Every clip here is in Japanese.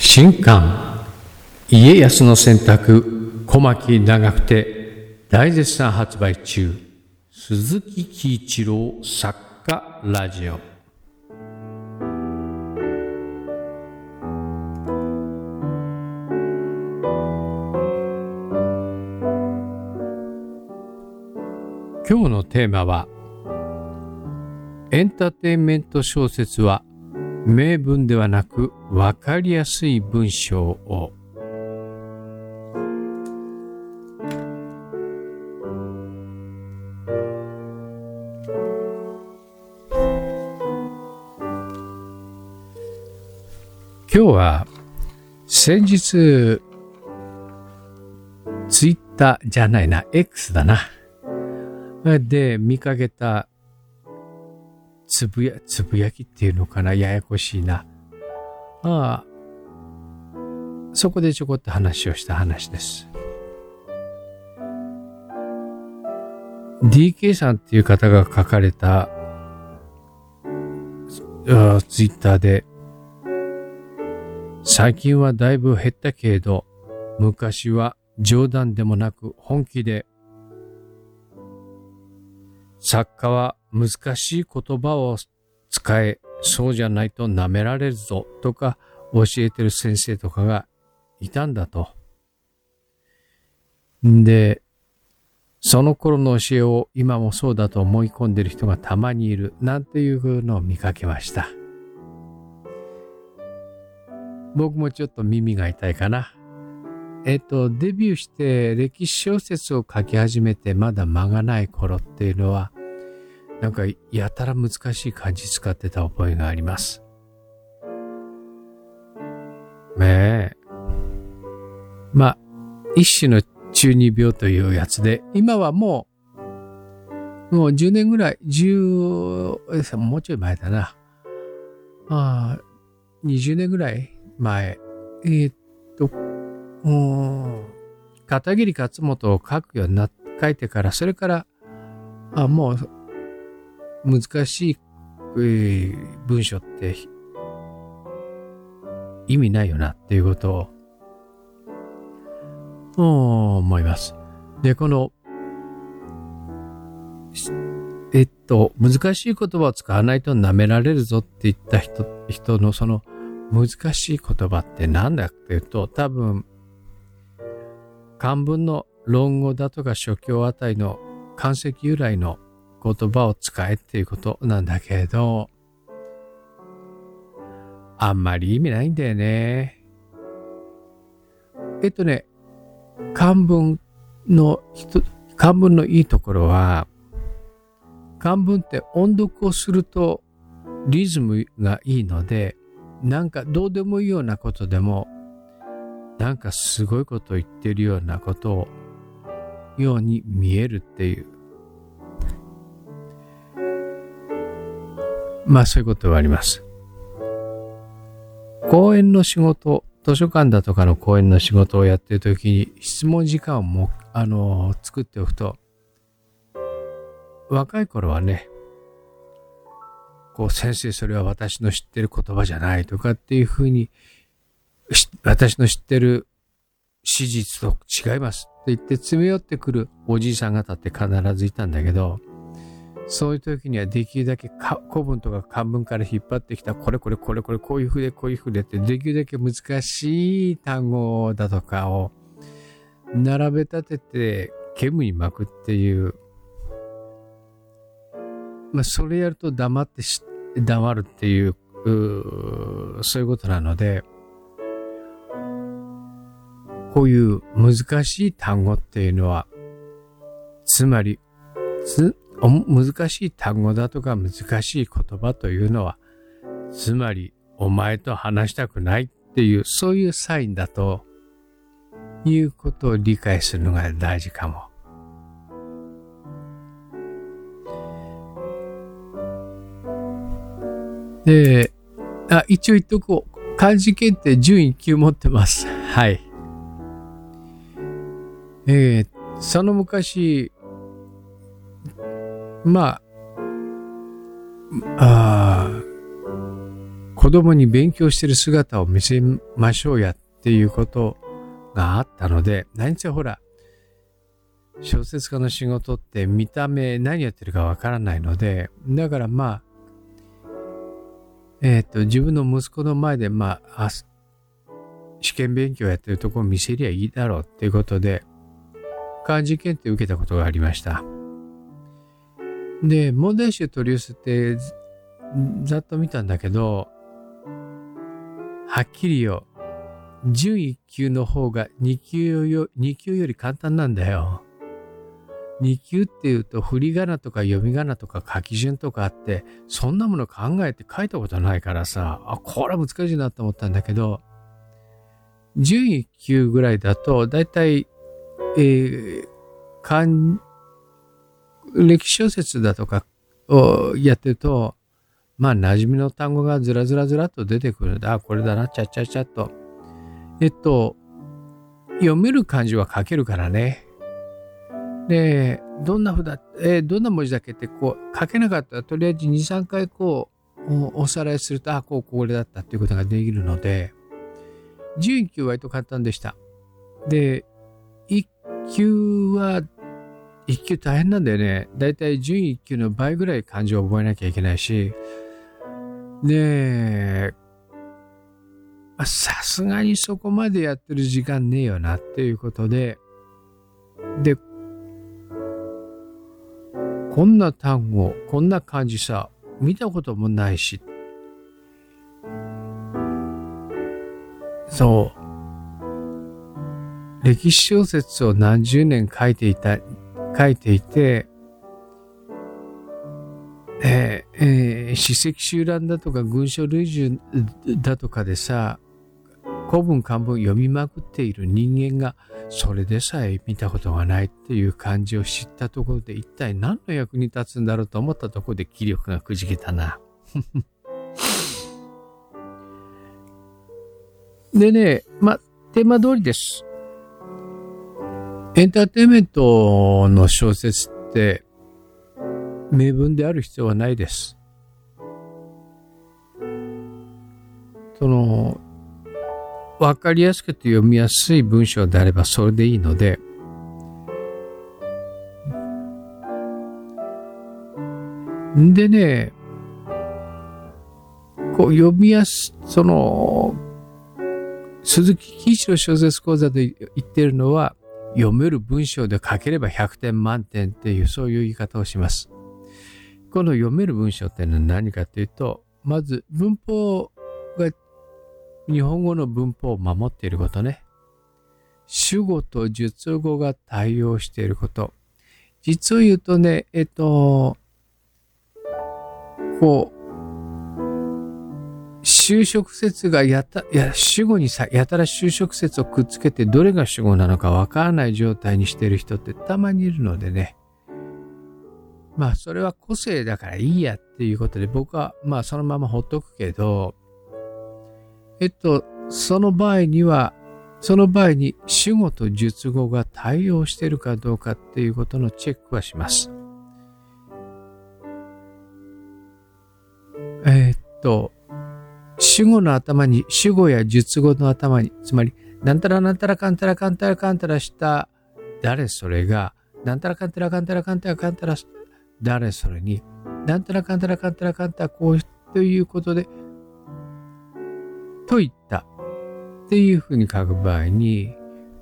新刊家康の選択小牧長久手大絶賛発売中。鈴木喜一郎作家ラジオ。今日のテーマは、エンターテインメント小説は名文ではなく分かりやすい文章を。今日は先日ツイッターじゃないな X だなで見かけたつぶやきっていうのかな、ややこしいな。そこでちょこっと話をした話です。DK さんっていう方が書かれたツイッターで、最近はだいぶ減ったけれど、昔は冗談でもなく本気で、作家は難しい言葉を使え、そうじゃないと舐められるぞとか教えてる先生とかがいたんだと。で、その頃の教えを今もそうだと思い込んでる人がたまにいるなんていうのを見かけました。僕もちょっと耳が痛いかな。デビューして歴史小説を書き始めてまだ間がない頃っていうのは、なんかやたら難しい漢字使ってた覚えがあります。一種の中二病というやつで、今はもう10年ぐらい、もうちょい前だな。20年ぐらい前。片桐勝元を書くように書いてから、それから、もう、難しい、文章って意味ないよなっていうことを思います。で、この、難しい言葉を使わないと舐められるぞって言った人のその難しい言葉って何だっていうと、多分、漢文の論語だとか諸経あたりの漢石由来の言葉を使えっていうことなんだけれど、あんまり意味ないんだよね。漢文のいいところは、漢文って音読をするとリズムがいいので、なんかどうでもいいようなことでも、なんかすごいことを言ってるようなことをように見えるっていう、そういうことはあります。講演の仕事、図書館だとかの講演の仕事をやっているときに質問時間を作っておくと、若い頃はね、先生それは私の知ってる言葉じゃないとかっていうふうに、私の知ってる史実と違いますって言って詰め寄ってくるおじいさん方って必ずいたんだけど、そういう時にはできるだけ古文とか漢文から引っ張ってきたこれこういうふうでってできるだけ難しい単語だとかを並べ立てて煙に巻くっていう、それやると黙るっていう、そういうことなので、こういう難しい単語っていうのは、つまり、難しい単語だとか難しい言葉というのは、つまりお前と話したくないっていう、そういうサインだということを理解するのが大事かも。で、一応言っとこう。漢字検定準1級持ってます。はい。その昔、子子供に勉強してる姿を見せましょうやっていうことがあったので、何せほら、小説家の仕事って見た目何やってるかわからないので、だからまあ、自分の息子の前で試験勉強やってるところを見せりゃいいだろうっていうことで、漢字検定受けたことがありました。で、問題集取り寄せてざっと見たんだけど、はっきりよ、準1級の方が2級より簡単なんだよ。2級っていうと振り仮名とか読み仮名とか書き順とかあって、そんなもの考えて書いたことないからさ、これは難しいなと思ったんだけど、準1級ぐらいだとだいたい歴史小説だとかをやってると、まあ馴染みの単語がずらずらずらっと出てくるんだ。これだな、ちゃっちゃっちゃっと。読める漢字は書けるからね。で、どんな文字だっけってこう書けなかったら、とりあえず2、3回こうおさらいすると、これだったっていうことができるので、準1級は割と簡単でした。で、1級大変なんだよね。だいたい準1級の倍ぐらい漢字を覚えなきゃいけないし、で、さすがにそこまでやってる時間ねえよなっていうことで、こんな単語、こんな漢字さ、見たこともないし、そう。歴史小説を何十年書いていて、史跡集覧だとか群書類従だとかでさ、古文漢文読みまくっている人間が、それでさえ見たことがないっていう漢字を知ったところで、一体何の役に立つんだろうと思ったところで気力がくじけたな。でね、テーマ通りです。エンターテインメントの小説って名文である必要はないです。わかりやすくて読みやすい文章であればそれでいいので、でね、こう読みやす、鈴木喜一郎小説講座で言ってるのは、読める文章で書ければ100点満点っていう、そういう言い方をします。この読める文章ってのは何かというと、まず文法が、日本語の文法を守っていることね。主語と述語が対応していること。実を言うとね、修飾説が主語にやたら修飾説をくっつけて、どれが主語なのかわからない状態にしている人ってたまにいるのでね。それは個性だからいいやっていうことで、僕はそのままほっとくけど、その場合に主語と述語が対応しているかどうかっていうことのチェックはします。主語の頭に、主語や述語の頭に、つまり、なんたらなんたらかんたらかんたらかんたらした誰それが、なんたらかんたらかんたらかんたらかんたら誰それに、なんたらかんたらかんたらかんたらこうということで、と言ったっていうふうに書く場合に、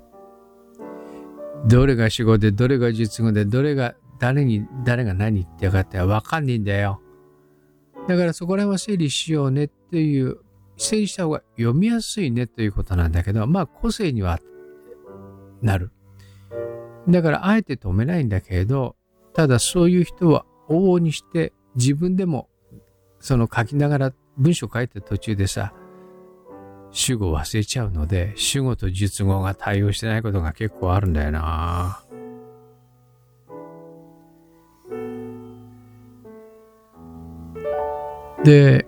どれが主語で、どれが述語で、どれが誰が何言ってるかってわかんないんだよ。だからそこら辺は整理しようねっていう、整理した方が読みやすいねということなんだけど、個性にはなる。だからあえて止めないんだけれど、ただそういう人は往々にして自分でも書きながら文章書いてる途中でさ、主語忘れちゃうので、主語と述語が対応してないことが結構あるんだよな。で、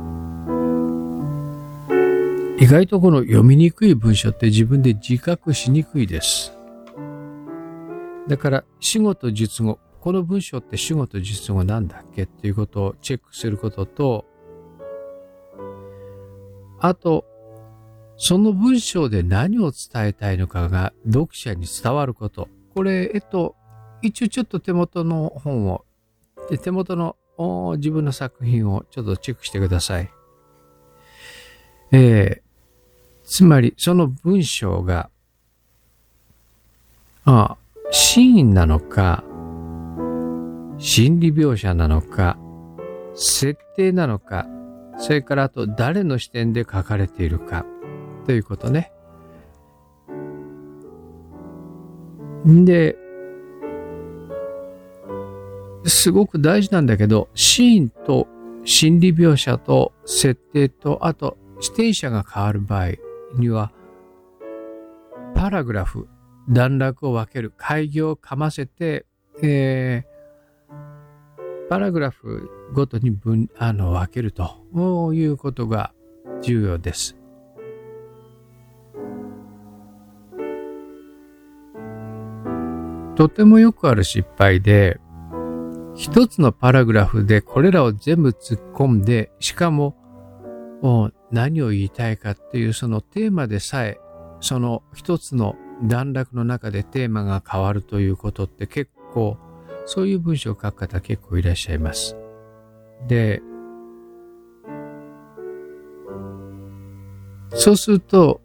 意外とこの読みにくい文章って自分で自覚しにくいです。だから主語と述語、この文章って主語と述語なんだっけっていうことをチェックすることと、 あと、その文章で何を伝えたいのかが読者に伝わること。これ、一応ちょっと手元の本を、手元の自分の作品をちょっとチェックしてください。つまり、その文章が、シーンなのか、心理描写なのか、設定なのか、それからあと誰の視点で書かれているか、ということね。で、すごく大事なんだけど、シーンと心理描写と設定と、あと視点者が変わる場合には、パラグラフ、段落を分ける、開業をかませて、パラグラフごとに分けるということが重要です。とてもよくある失敗で、一つのパラグラフでこれらを全部突っ込んで、しかも何を言いたいかっていうそのテーマでさえ、その一つの段落の中でテーマが変わるということって結構、そういう文章を書く方結構いらっしゃいます。で、そうすると、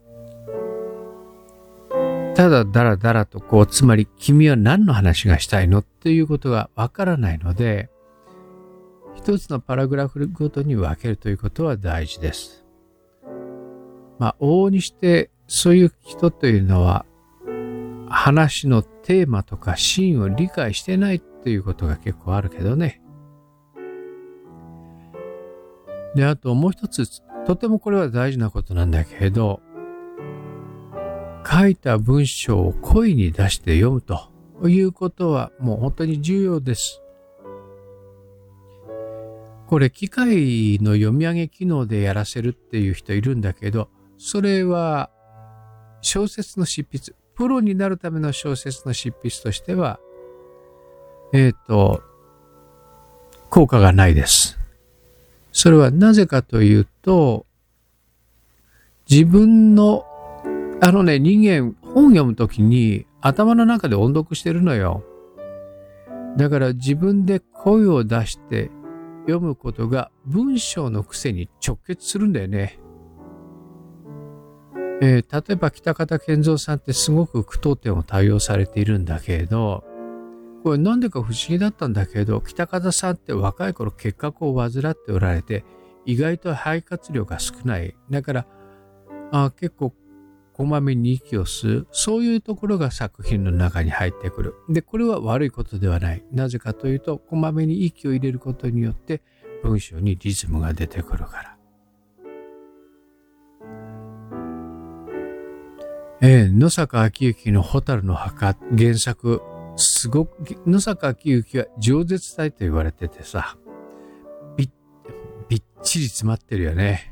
ただだらだらとつまり君は何の話がしたいのっていうことがわからないので、一つのパラグラフごとに分けるということは大事です。往々にしてそういう人というのは、話のテーマとかシーンを理解してないっていうことが結構あるけどね。で、あともう一つ、とてもこれは大事なことなんだけれど、書いた文章を声に出して読むということはもう本当に重要です。これ機械の読み上げ機能でやらせるっていう人いるんだけど、それは小説の執筆、プロになるための小説の執筆としては、効果がないです。それはなぜかというと、自分の人間本読むときに頭の中で音読してるのよ。だから自分で声を出して読むことが文章の癖に直結するんだよね。例えば北方健三さんってすごく句読点を多用されているんだけれど、これなんでか不思議だったんだけど、北方さんって若い頃結核を患っておられて、意外と肺活量が少ない。だから結構こまめに息を吸う。そういうところが作品の中に入ってくる。で、これは悪いことではない。なぜかというと、こまめに息を入れることによって文章にリズムが出てくるから。野坂昭之の蛍の墓原作、すごく、野坂昭之は饒舌体と言われててさ、びっちり詰まってるよね。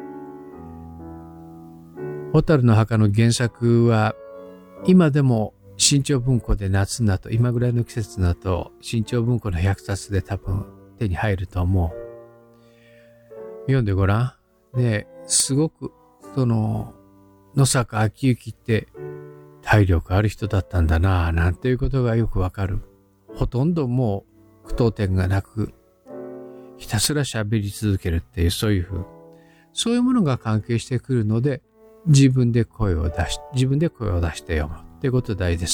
蛍の墓の原作は今でも新潮文庫で夏になると、今ぐらいの季節になると新潮文庫の100冊で多分手に入ると思う。読んでごらん。ね、すごく野坂昭之って体力ある人だったんだなぁなんていうことがよくわかる。ほとんどもう句読点がなくひたすら喋り続けるっていうそういうものが関係してくるので、自分で声を出して読むってこと大事です。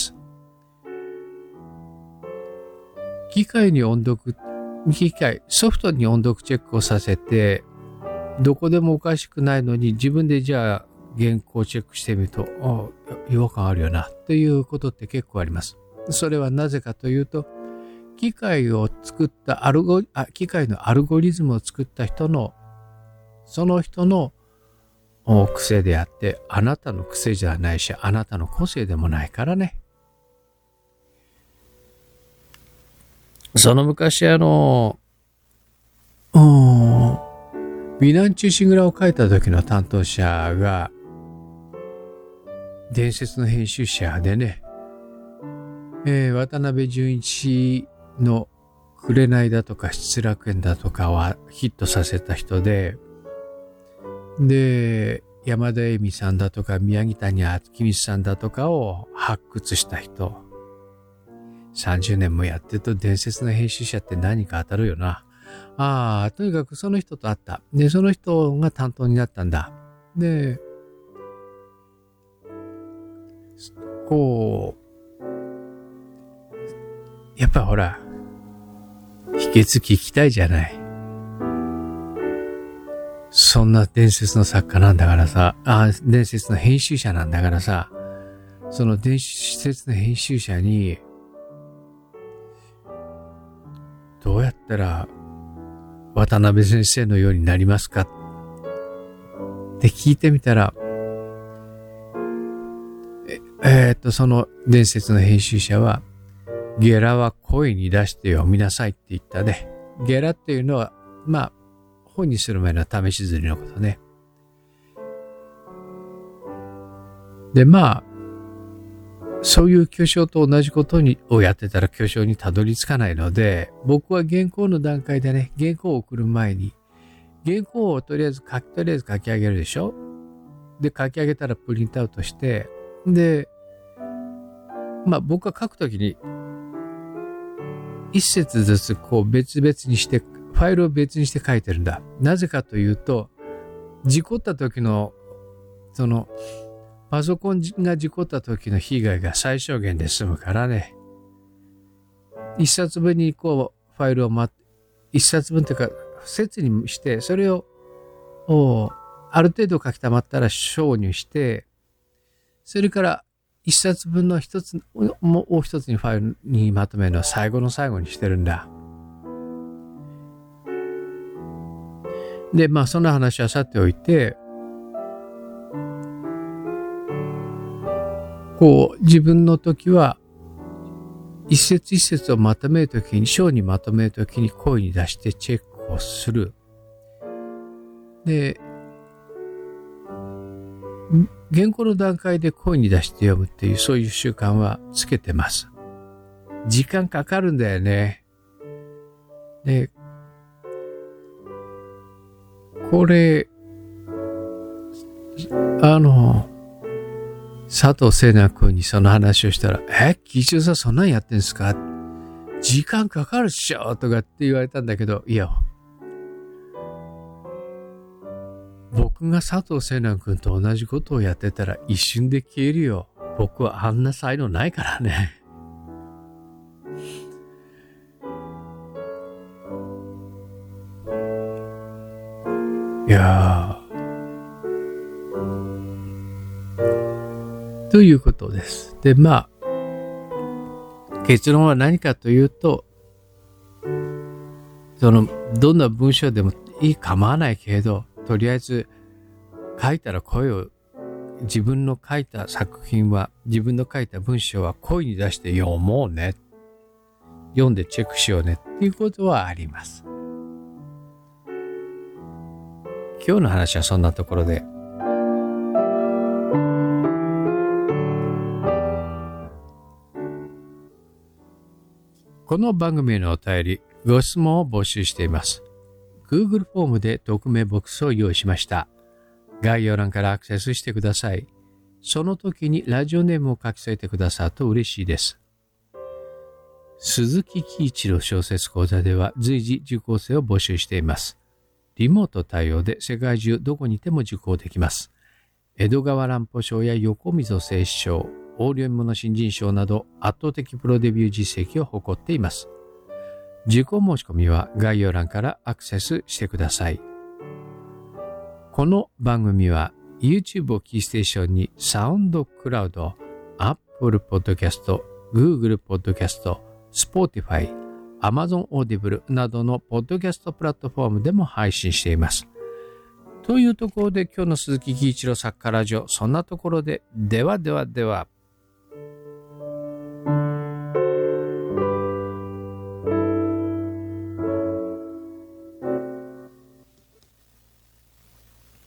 ソフトに音読チェックをさせて、どこでもおかしくないのに自分でじゃあ原稿をチェックしてみると、違和感あるよなっていうことって結構あります。それはなぜかというと、機械のアルゴリズムを作ったその人の癖であって、あなたの癖じゃないし、あなたの個性でもないからね。その昔美男中心蔵を書いた時の担当者が伝説の編集者でね、渡辺淳一の紅だとか失楽園だとかはヒットさせた人で、 で、山田恵美さんだとか宮城谷明光さんだとかを発掘した人。30年もやってると伝説の編集者って何か当たるよな。とにかくその人と会った。で、その人が担当になったんだ。で、やっぱほら、秘訣聞きたいじゃない。そんな伝説の作家なんだからさ、伝説の編集者なんだからさ、その伝説の編集者に、どうやったら渡辺先生のようになりますかって聞いてみたら、その伝説の編集者は、ゲラは声に出して読みなさいって言ったね。ゲラっていうのは、本にする前の試し刷りのことね。で、そういう巨匠と同じことをやってたら巨匠にたどり着かないので、僕は原稿の段階でね、原稿を送る前に、原稿をとりあえず書き上げるでしょ。で、書き上げたらプリントアウトして、で、僕が書くときに、一節ずつ別々にして、ファイルを別にして書いてるんだ。なぜかというと、事故った時の、パソコンが事故った時の被害が最小限で済むからね。一冊分にファイルを一冊分というか、節にして、それを、ある程度書き溜まったら小にして、それから一冊分のもう一つにファイルにまとめるのは最後の最後にしてるんだ。で、その話はさておいて、自分の時は、一節一節をまとめるときに、章にまとめるときに声に出してチェックをする。で、原稿の段階で声に出して読むっていう、そういう習慣はつけてます。時間かかるんだよね。で、これ、佐藤聖奈君にその話をしたら、吉祥さんそんなんやってんすか？時間かかるっしょとかって言われたんだけど、いや、僕が佐藤聖奈君と同じことをやってたら一瞬で消えるよ。僕はあんな才能ないからね。いやー。ということです。で、結論は何かというと、どんな文章でもいい構わないけれど、とりあえず書いたら自分の書いた作品は、自分の書いた文章は声に出して読もうね。読んでチェックしようねっていうことはあります。今日の話はそんなところで。この番組へのお便り、ご質問を募集しています。Google フォームで匿名ボックスを用意しました。概要欄からアクセスしてください。その時にラジオネームを書き添えてくださると嬉しいです。鈴木喜一郎小説講座では随時受講生を募集しています。リモート対応で世界中どこにいても受講できます。江戸川乱歩賞や横溝正史賞、横領物新人賞など圧倒的プロデビュー実績を誇っています。受講申し込みは概要欄からアクセスしてください。この番組は YouTube をキーステーションにサウンドクラウド、Apple Podcast、Google Podcast、Spotify、Amazon Audible などのポッドキャストプラットフォームでも配信しています。というところで今日の鈴木喜一郎作家ラジオ、そんなところで、ではではでは。